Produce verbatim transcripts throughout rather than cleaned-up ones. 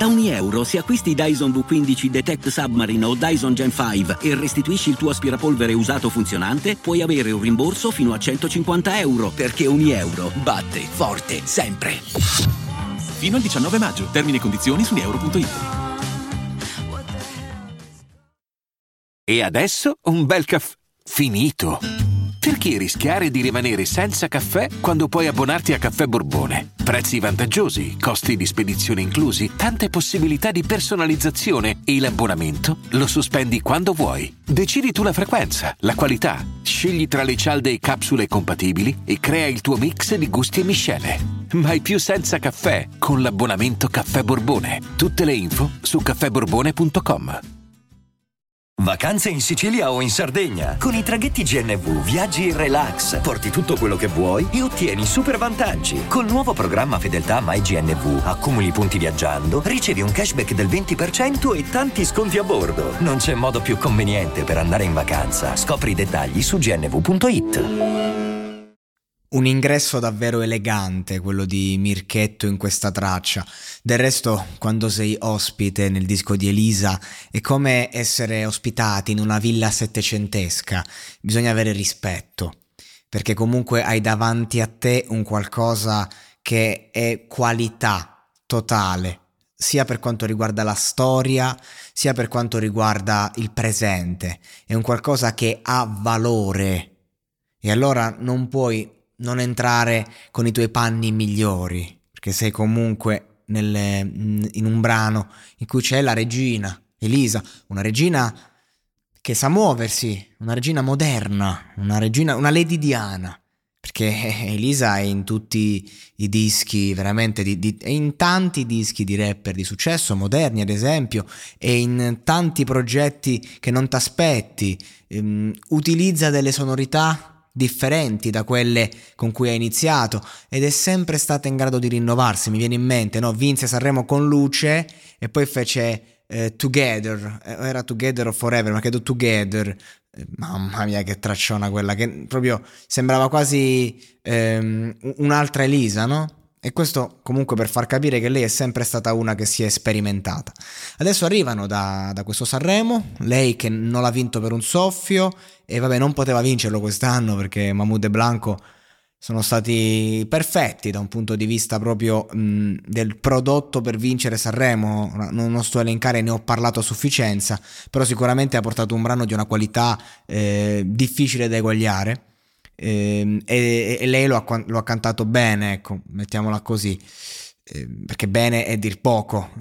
Da ogni euro, se acquisti Dyson V quindici Detect Submarine o Dyson Gen cinque e restituisci il tuo aspirapolvere usato funzionante, puoi avere un rimborso fino a centocinquanta euro, perché ogni euro batte forte sempre. Fino al diciannove maggio. Termini e condizioni su euro punto it. E adesso un bel caffè finito. Perché rischiare di rimanere senza caffè quando puoi abbonarti a Caffè Borbone? Prezzi vantaggiosi, costi di spedizione inclusi, tante possibilità di personalizzazione e l'abbonamento lo sospendi quando vuoi. Decidi tu la frequenza, la qualità, scegli tra le cialde e capsule compatibili e crea il tuo mix di gusti e miscele. Mai più senza caffè con l'abbonamento Caffè Borbone. Tutte le info su caffè borbone punto com. Vacanze in Sicilia o in Sardegna. Con i traghetti G N V viaggi in relax, porti tutto quello che vuoi e ottieni super vantaggi. Col nuovo programma Fedeltà MyGNV accumuli punti viaggiando, ricevi un cashback del venti per cento e tanti sconti a bordo. Non c'è modo più conveniente per andare in vacanza. Scopri i dettagli su g n v punto i t. Un ingresso davvero elegante, quello di Mirchetto in questa traccia. Del resto, quando sei ospite nel disco di Elisa, è come essere ospitati in una villa settecentesca. Bisogna avere rispetto, perché comunque hai davanti a te un qualcosa che è qualità totale, sia per quanto riguarda la storia, sia per quanto riguarda il presente. È un qualcosa che ha valore, e allora non puoi non entrare con i tuoi panni migliori, perché sei comunque nelle, in un brano in cui c'è la regina Elisa, una regina che sa muoversi, una regina moderna, una regina, una Lady Diana, perché Elisa è in tutti i dischi veramente di, di, è in tanti dischi di rapper di successo moderni, ad esempio, e in tanti progetti che non t'aspetti. Ehm, utilizza delle sonorità differenti da quelle con cui ha iniziato ed è sempre stata in grado di rinnovarsi. Mi viene in mente, no? Vinse Sanremo con Luce e poi fece eh, Together, eh, era Together o Forever, ma credo Together. Eh, mamma mia che tracciona quella, che proprio sembrava quasi ehm, un'altra Elisa, no? E questo comunque per far capire che lei è sempre stata una che si è sperimentata. Adesso arrivano da, da questo Sanremo, lei che non l'ha vinto per un soffio, e vabbè, non poteva vincerlo quest'anno perché Mahmood e Blanco sono stati perfetti da un punto di vista proprio mh, del prodotto per vincere Sanremo. Non, non sto a elencare, ne ho parlato a sufficienza, però sicuramente ha portato un brano di una qualità eh, difficile da eguagliare. E, e lei lo ha, lo ha cantato bene, ecco, mettiamola così, eh, perché bene è dir poco.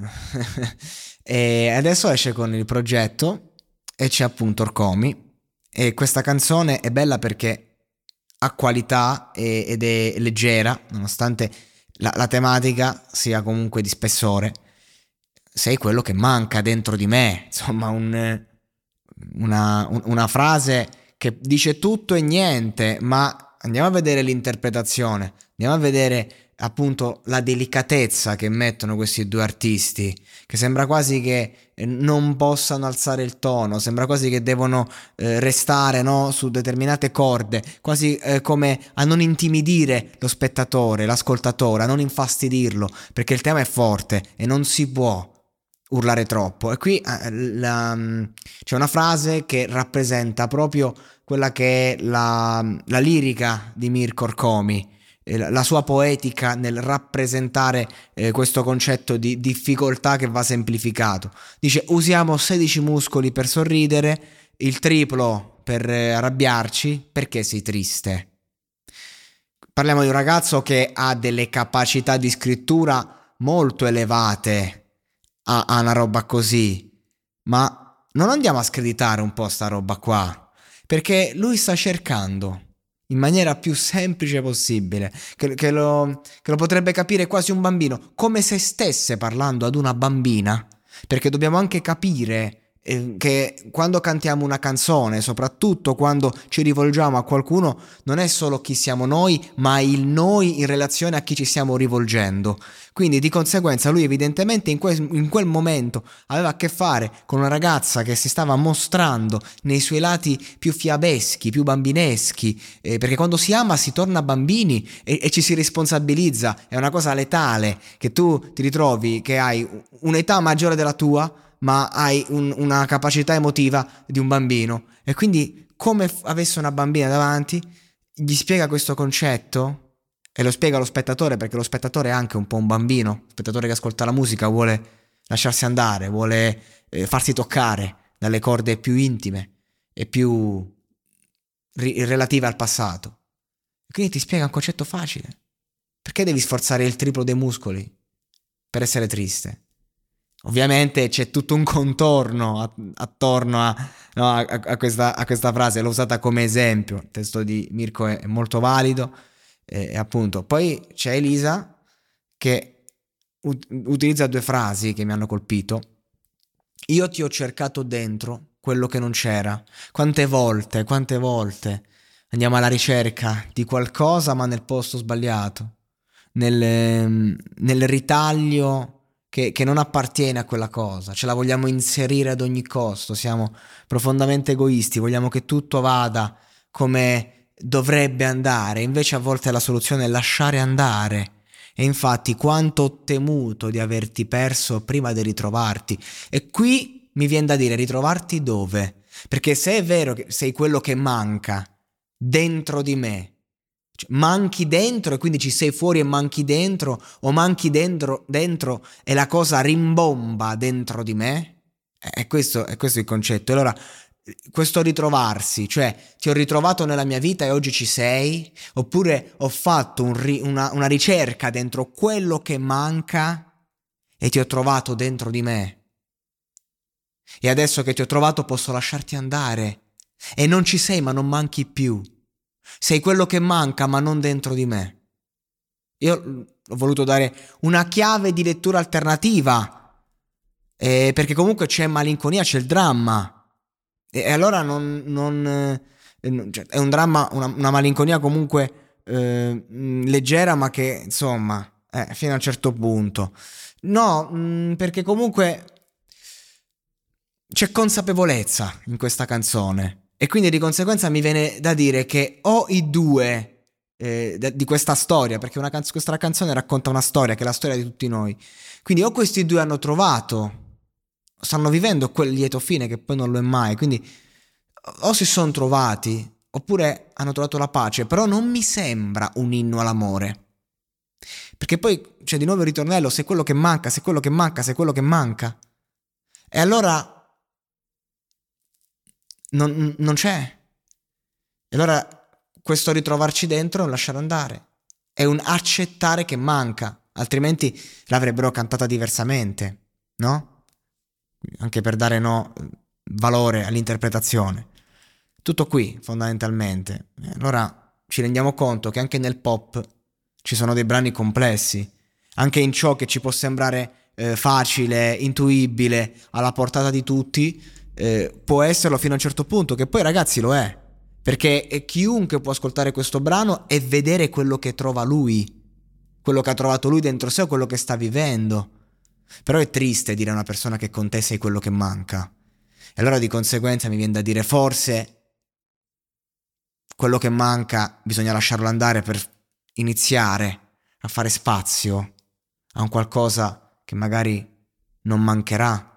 E adesso esce con il progetto e c'è appunto Orcomi, e questa canzone è bella perché ha qualità e, ed è leggera, nonostante la, la tematica sia comunque di spessore. Sei quello che manca dentro di me, insomma, un, una, un, una frase che dice tutto e niente, ma andiamo a vedere l'interpretazione, andiamo a vedere appunto la delicatezza che mettono questi due artisti, che sembra quasi che non possano alzare il tono, sembra quasi che devono eh, restare, no, su determinate corde, quasi eh, come a non intimidire lo spettatore, l'ascoltatore, a non infastidirlo, perché il tema è forte e non si può urlare troppo. E qui eh, la, c'è una frase che rappresenta proprio quella che è la, la lirica di Mirko Orcomi, eh, la, la sua poetica nel rappresentare eh, questo concetto di difficoltà che va semplificato. Dice: usiamo sedici muscoli per sorridere, il triplo per eh, arrabbiarci, perché sei triste. Parliamo di un ragazzo che ha delle capacità di scrittura molto elevate a, a una roba così, ma non andiamo a screditare un po' sta roba qua, perché lui sta cercando in maniera più semplice possibile, che, che, lo, che lo potrebbe capire quasi un bambino, come se stesse parlando ad una bambina, perché dobbiamo anche capire eh, che quando cantiamo una canzone, soprattutto quando ci rivolgiamo a qualcuno, non è solo chi siamo noi, ma il noi in relazione a chi ci stiamo rivolgendo. Quindi di conseguenza lui evidentemente in quel, in quel momento aveva a che fare con una ragazza che si stava mostrando nei suoi lati più fiabeschi, più bambineschi, eh, perché quando si ama si torna bambini e, e ci si responsabilizza. È una cosa letale che tu ti ritrovi che hai un'età maggiore della tua, ma hai un, una capacità emotiva di un bambino, e quindi come f- avesse una bambina davanti, gli spiega questo concetto e lo spiega allo spettatore, perché lo spettatore è anche un po' un bambino. Lo spettatore che ascolta la musica vuole lasciarsi andare, vuole eh, farsi toccare dalle corde più intime e più ri- relative al passato. Quindi ti spiega un concetto facile. Perché devi sforzare il triplo dei muscoli per essere triste? Ovviamente c'è tutto un contorno a- attorno a, no, a, a, questa, a questa frase. L'ho usata come esempio. Il testo di Mirko è, è molto valido. E appunto poi c'è Elisa che ut- utilizza due frasi che mi hanno colpito. Io ti ho cercato dentro quello che non c'era. Quante volte, quante volte andiamo alla ricerca di qualcosa ma nel posto sbagliato, nel, nel ritaglio che, che non appartiene a quella cosa, ce la vogliamo inserire ad ogni costo, siamo profondamente egoisti, vogliamo che tutto vada come dovrebbe andare, invece a volte la soluzione è lasciare andare. E infatti quanto ho temuto di averti perso prima di ritrovarti. E qui mi viene da dire, ritrovarti dove? Perché se è vero che sei quello che manca dentro di me, cioè, manchi dentro e quindi ci sei fuori e manchi dentro, o manchi dentro, dentro e la cosa rimbomba dentro di me, è questo, è questo il concetto. E allora questo ritrovarsi, cioè ti ho ritrovato nella mia vita e oggi ci sei, oppure ho fatto un ri- una, una ricerca dentro quello che manca e ti ho trovato dentro di me, e adesso che ti ho trovato posso lasciarti andare, e non ci sei ma non manchi più, sei quello che manca ma non dentro di me. Io ho voluto dare una chiave di lettura alternativa, eh, perché comunque c'è malinconia, c'è il dramma. E allora non, non eh, cioè, è un dramma, una, una malinconia comunque eh, leggera, ma che insomma eh, fino a un certo punto no, mh, perché comunque c'è consapevolezza in questa canzone, e quindi di conseguenza mi viene da dire che o i due eh, di questa storia, perché una canz- questa canzone racconta una storia che è la storia di tutti noi, quindi o questi due hanno trovato, stanno vivendo quel lieto fine che poi non lo è mai, quindi o si sono trovati oppure hanno trovato la pace. Però non mi sembra un inno all'amore, perché poi c'è di nuovo il ritornello: se quello che manca, se quello che manca, se quello che manca, e allora non, non c'è. E allora questo ritrovarci dentro è un lasciare andare, è un accettare che manca, altrimenti l'avrebbero cantata diversamente, no? Anche per dare no, valore all'interpretazione. Tutto qui fondamentalmente. Allora ci rendiamo conto che anche nel pop ci sono dei brani complessi, anche in ciò che ci può sembrare eh, facile, intuibile, alla portata di tutti, eh, può esserlo fino a un certo punto, che poi ragazzi lo è, perché chiunque può ascoltare questo brano e vedere quello che trova lui, quello che ha trovato lui dentro sé, o quello che sta vivendo. Però è triste dire a una persona che con te sei quello che manca. E allora di conseguenza mi viene da dire, forse quello che manca bisogna lasciarlo andare per iniziare a fare spazio a un qualcosa che magari non mancherà.